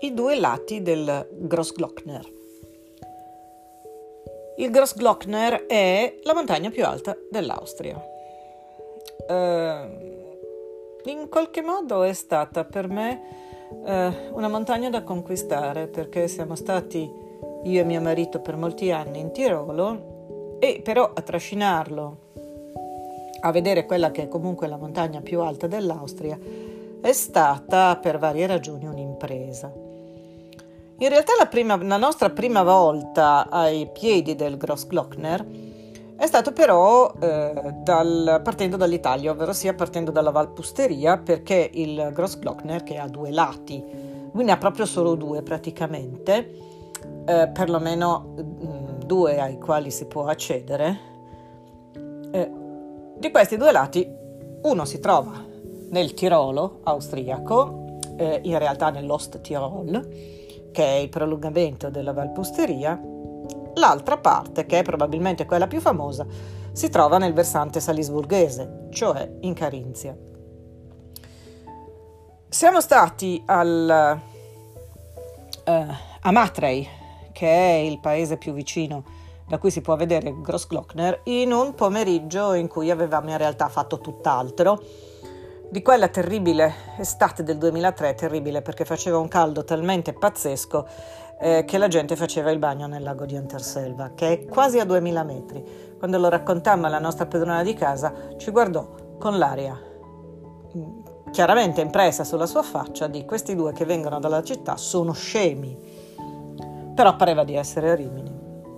i due lati del Grossglockner. Il Grossglockner è la montagna più alta dell'Austria. In qualche modo è stata per me una montagna da conquistare, perché siamo stati io e mio marito per molti anni in Tirolo, e però a trascinarlo a vedere quella che è comunque la montagna più alta dell'Austria è stata per varie ragioni un'impresa. In realtà la nostra prima volta ai piedi del Grossglockner è stato però partendo dall'Italia, ovvero sia partendo dalla Valpusteria, perché il Grossglockner, che ha due lati, lui ne ha proprio solo due praticamente, perlomeno due ai quali si può accedere. Di questi due lati uno si trova nel Tirolo austriaco, in realtà nell'Osttirol, che è il prolungamento della Valpusteria. L'altra parte, che è probabilmente quella più famosa, si trova nel versante salisburghese, cioè in Carinzia. Siamo stati a Matrei, che è il paese più vicino da cui si può vedere il Grossglockner, in un pomeriggio in cui avevamo in realtà fatto tutt'altro. Di quella terribile estate del 2003, terribile perché faceva un caldo talmente pazzesco che la gente faceva il bagno nel lago di Anterselva, che è quasi a 2000 metri. Quando lo raccontammo alla nostra padrona di casa, ci guardò con l'aria chiaramente impressa sulla sua faccia di: questi due che vengono dalla città sono scemi. Però pareva di essere a Rimini.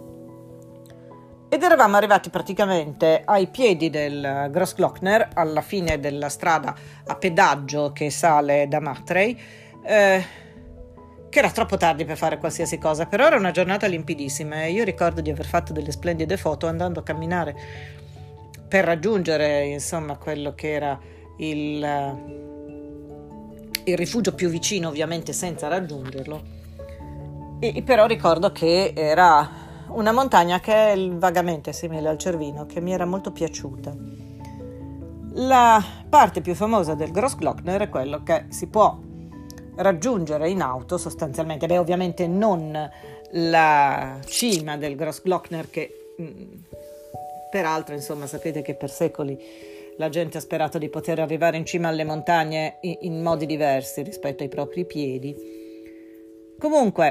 Ed eravamo arrivati praticamente ai piedi del Grossglockner, alla fine della strada a pedaggio che sale da Matrei, che era troppo tardi per fare qualsiasi cosa, però era una giornata limpidissima e io ricordo di aver fatto delle splendide foto andando a camminare per raggiungere, insomma, quello che era il rifugio più vicino, ovviamente senza raggiungerlo. E però ricordo che era una montagna che è vagamente simile al Cervino, che mi era molto piaciuta. La parte più famosa del Grossglockner è quello che si può raggiungere in auto sostanzialmente. Ovviamente non la cima del Grossglockner, che peraltro, insomma, sapete che per secoli la gente ha sperato di poter arrivare in cima alle montagne in modi diversi rispetto ai propri piedi. Comunque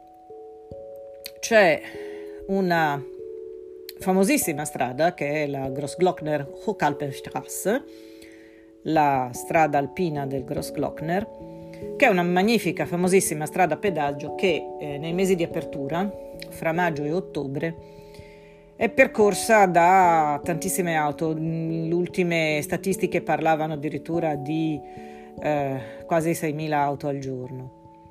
c'è una famosissima strada che è la Grossglockner Hochalpenstrasse, la strada alpina del Grossglockner, che è una magnifica, famosissima strada a pedaggio che nei mesi di apertura, fra maggio e ottobre, è percorsa da tantissime auto. Le ultime statistiche parlavano addirittura di quasi 6.000 auto al giorno.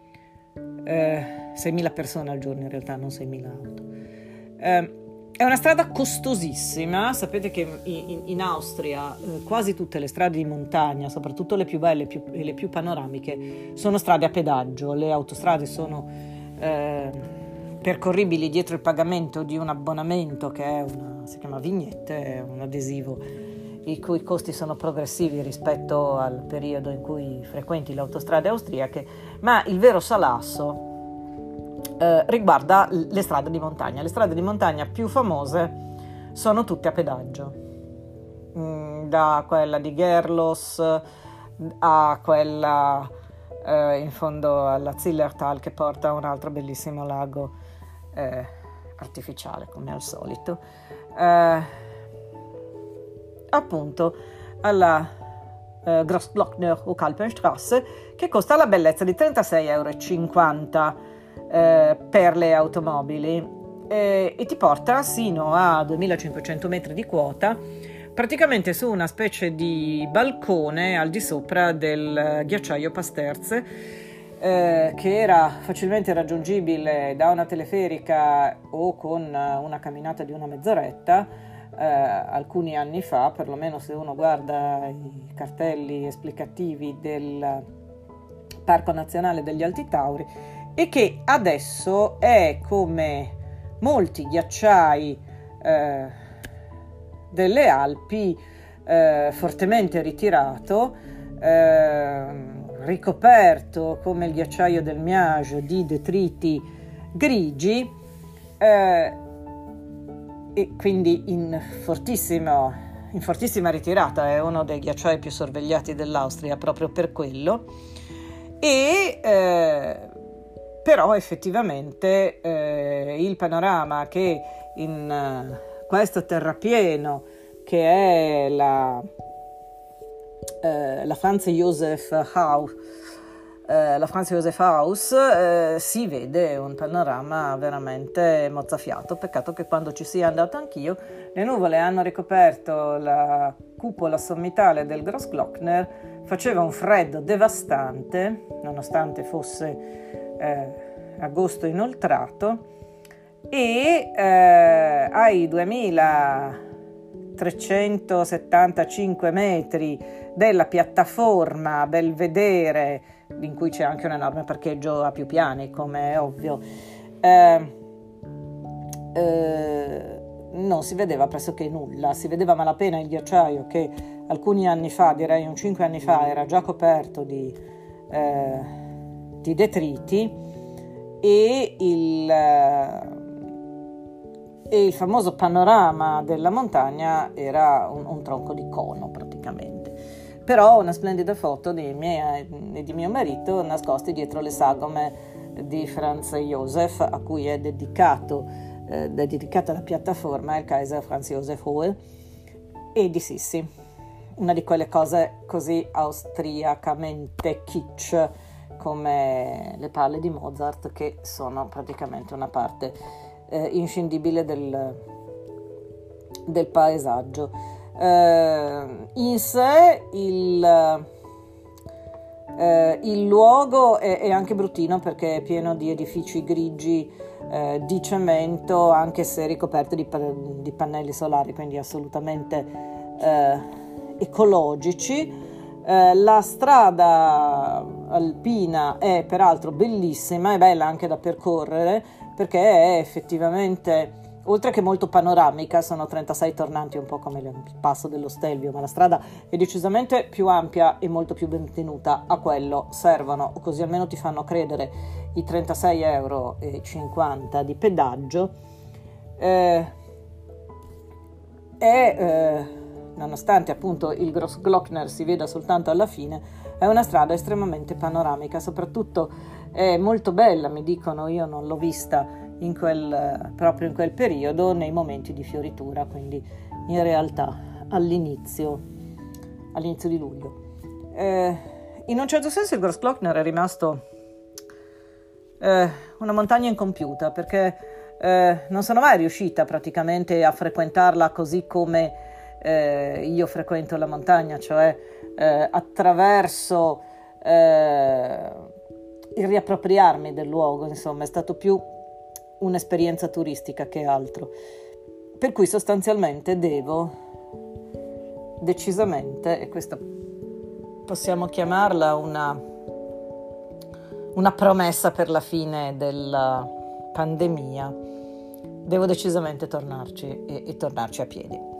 6.000 persone al giorno in realtà, non 6.000 auto. È una strada costosissima. Sapete che in Austria quasi tutte le strade di montagna, soprattutto le più belle e le più panoramiche, sono strade a pedaggio. Le autostrade sono percorribili dietro il pagamento di un abbonamento che si chiama vignette, è un adesivo i cui costi sono progressivi rispetto al periodo in cui frequenti le autostrade austriache, ma il vero salasso riguarda le strade di montagna. Le strade di montagna più famose sono tutte a pedaggio, da quella di Gerlos a quella in fondo alla Zillertal, che porta a un altro bellissimo lago artificiale come al solito, appunto alla Grossglockner Hochalpenstrasse, che costa la bellezza di 36,50 euro per le automobili e ti porta sino a 2500 metri di quota, praticamente su una specie di balcone al di sopra del ghiacciaio Pasterze, che era facilmente raggiungibile da una teleferica o con una camminata di una mezz'oretta alcuni anni fa, perlomeno se uno guarda i cartelli esplicativi del Parco Nazionale degli Alti Tauri, e che adesso è, come molti ghiacciai delle Alpi, fortemente ritirato, ricoperto come il ghiacciaio del Miage di detriti grigi, e quindi in fortissima ritirata. È uno dei ghiacciai più sorvegliati dell'Austria proprio per quello, e però effettivamente il panorama che in questo terrapieno che è la Franz Josef Haus, si vede un panorama veramente mozzafiato. Peccato che quando ci sia andato anch'io le nuvole hanno ricoperto la cupola sommitale del Grossglockner, faceva un freddo devastante nonostante fosse agosto inoltrato, e ai 2375 metri della piattaforma Belvedere, in cui c'è anche un enorme parcheggio a più piani, come è ovvio, non si vedeva pressoché nulla. Si vedeva a malapena il ghiacciaio, che alcuni anni fa, direi un 5 anni fa, era già coperto di detriti, e il famoso panorama della montagna era un tronco di cono praticamente. Però una splendida foto di me e di mio marito nascosti dietro le sagome di Franz Josef, a cui è dedicata la piattaforma, il Kaiser Franz Josef Hohe, e di Sissi, una di quelle cose così austriacamente kitsch come le palle di Mozart, che sono praticamente una parte inscindibile del paesaggio. In sé il luogo è anche bruttino, perché è pieno di edifici grigi di cemento, anche se ricoperti di pannelli solari, quindi assolutamente ecologici. La strada alpina è peraltro bellissima, è bella anche da percorrere, perché è effettivamente, oltre che molto panoramica, sono 36 tornanti, un po' come il passo dello Stelvio, ma la strada è decisamente più ampia e molto più ben tenuta. A quello servono, o così almeno ti fanno credere, i 36,50 € di pedaggio. Nonostante appunto il Grossglockner si veda soltanto alla fine, è una strada estremamente panoramica. Soprattutto è molto bella, mi dicono, io non l'ho vista proprio in quel periodo, nei momenti di fioritura, quindi in realtà all'inizio di luglio. In un certo senso il Grossglockner è rimasto una montagna incompiuta, perché non sono mai riuscita praticamente a frequentarla così come io frequento la montagna, cioè attraverso il riappropriarmi del luogo. Insomma, è stato più un'esperienza turistica che altro, per cui sostanzialmente devo decisamente, e questa possiamo chiamarla una promessa per la fine della pandemia, devo decisamente tornarci e tornarci a piedi.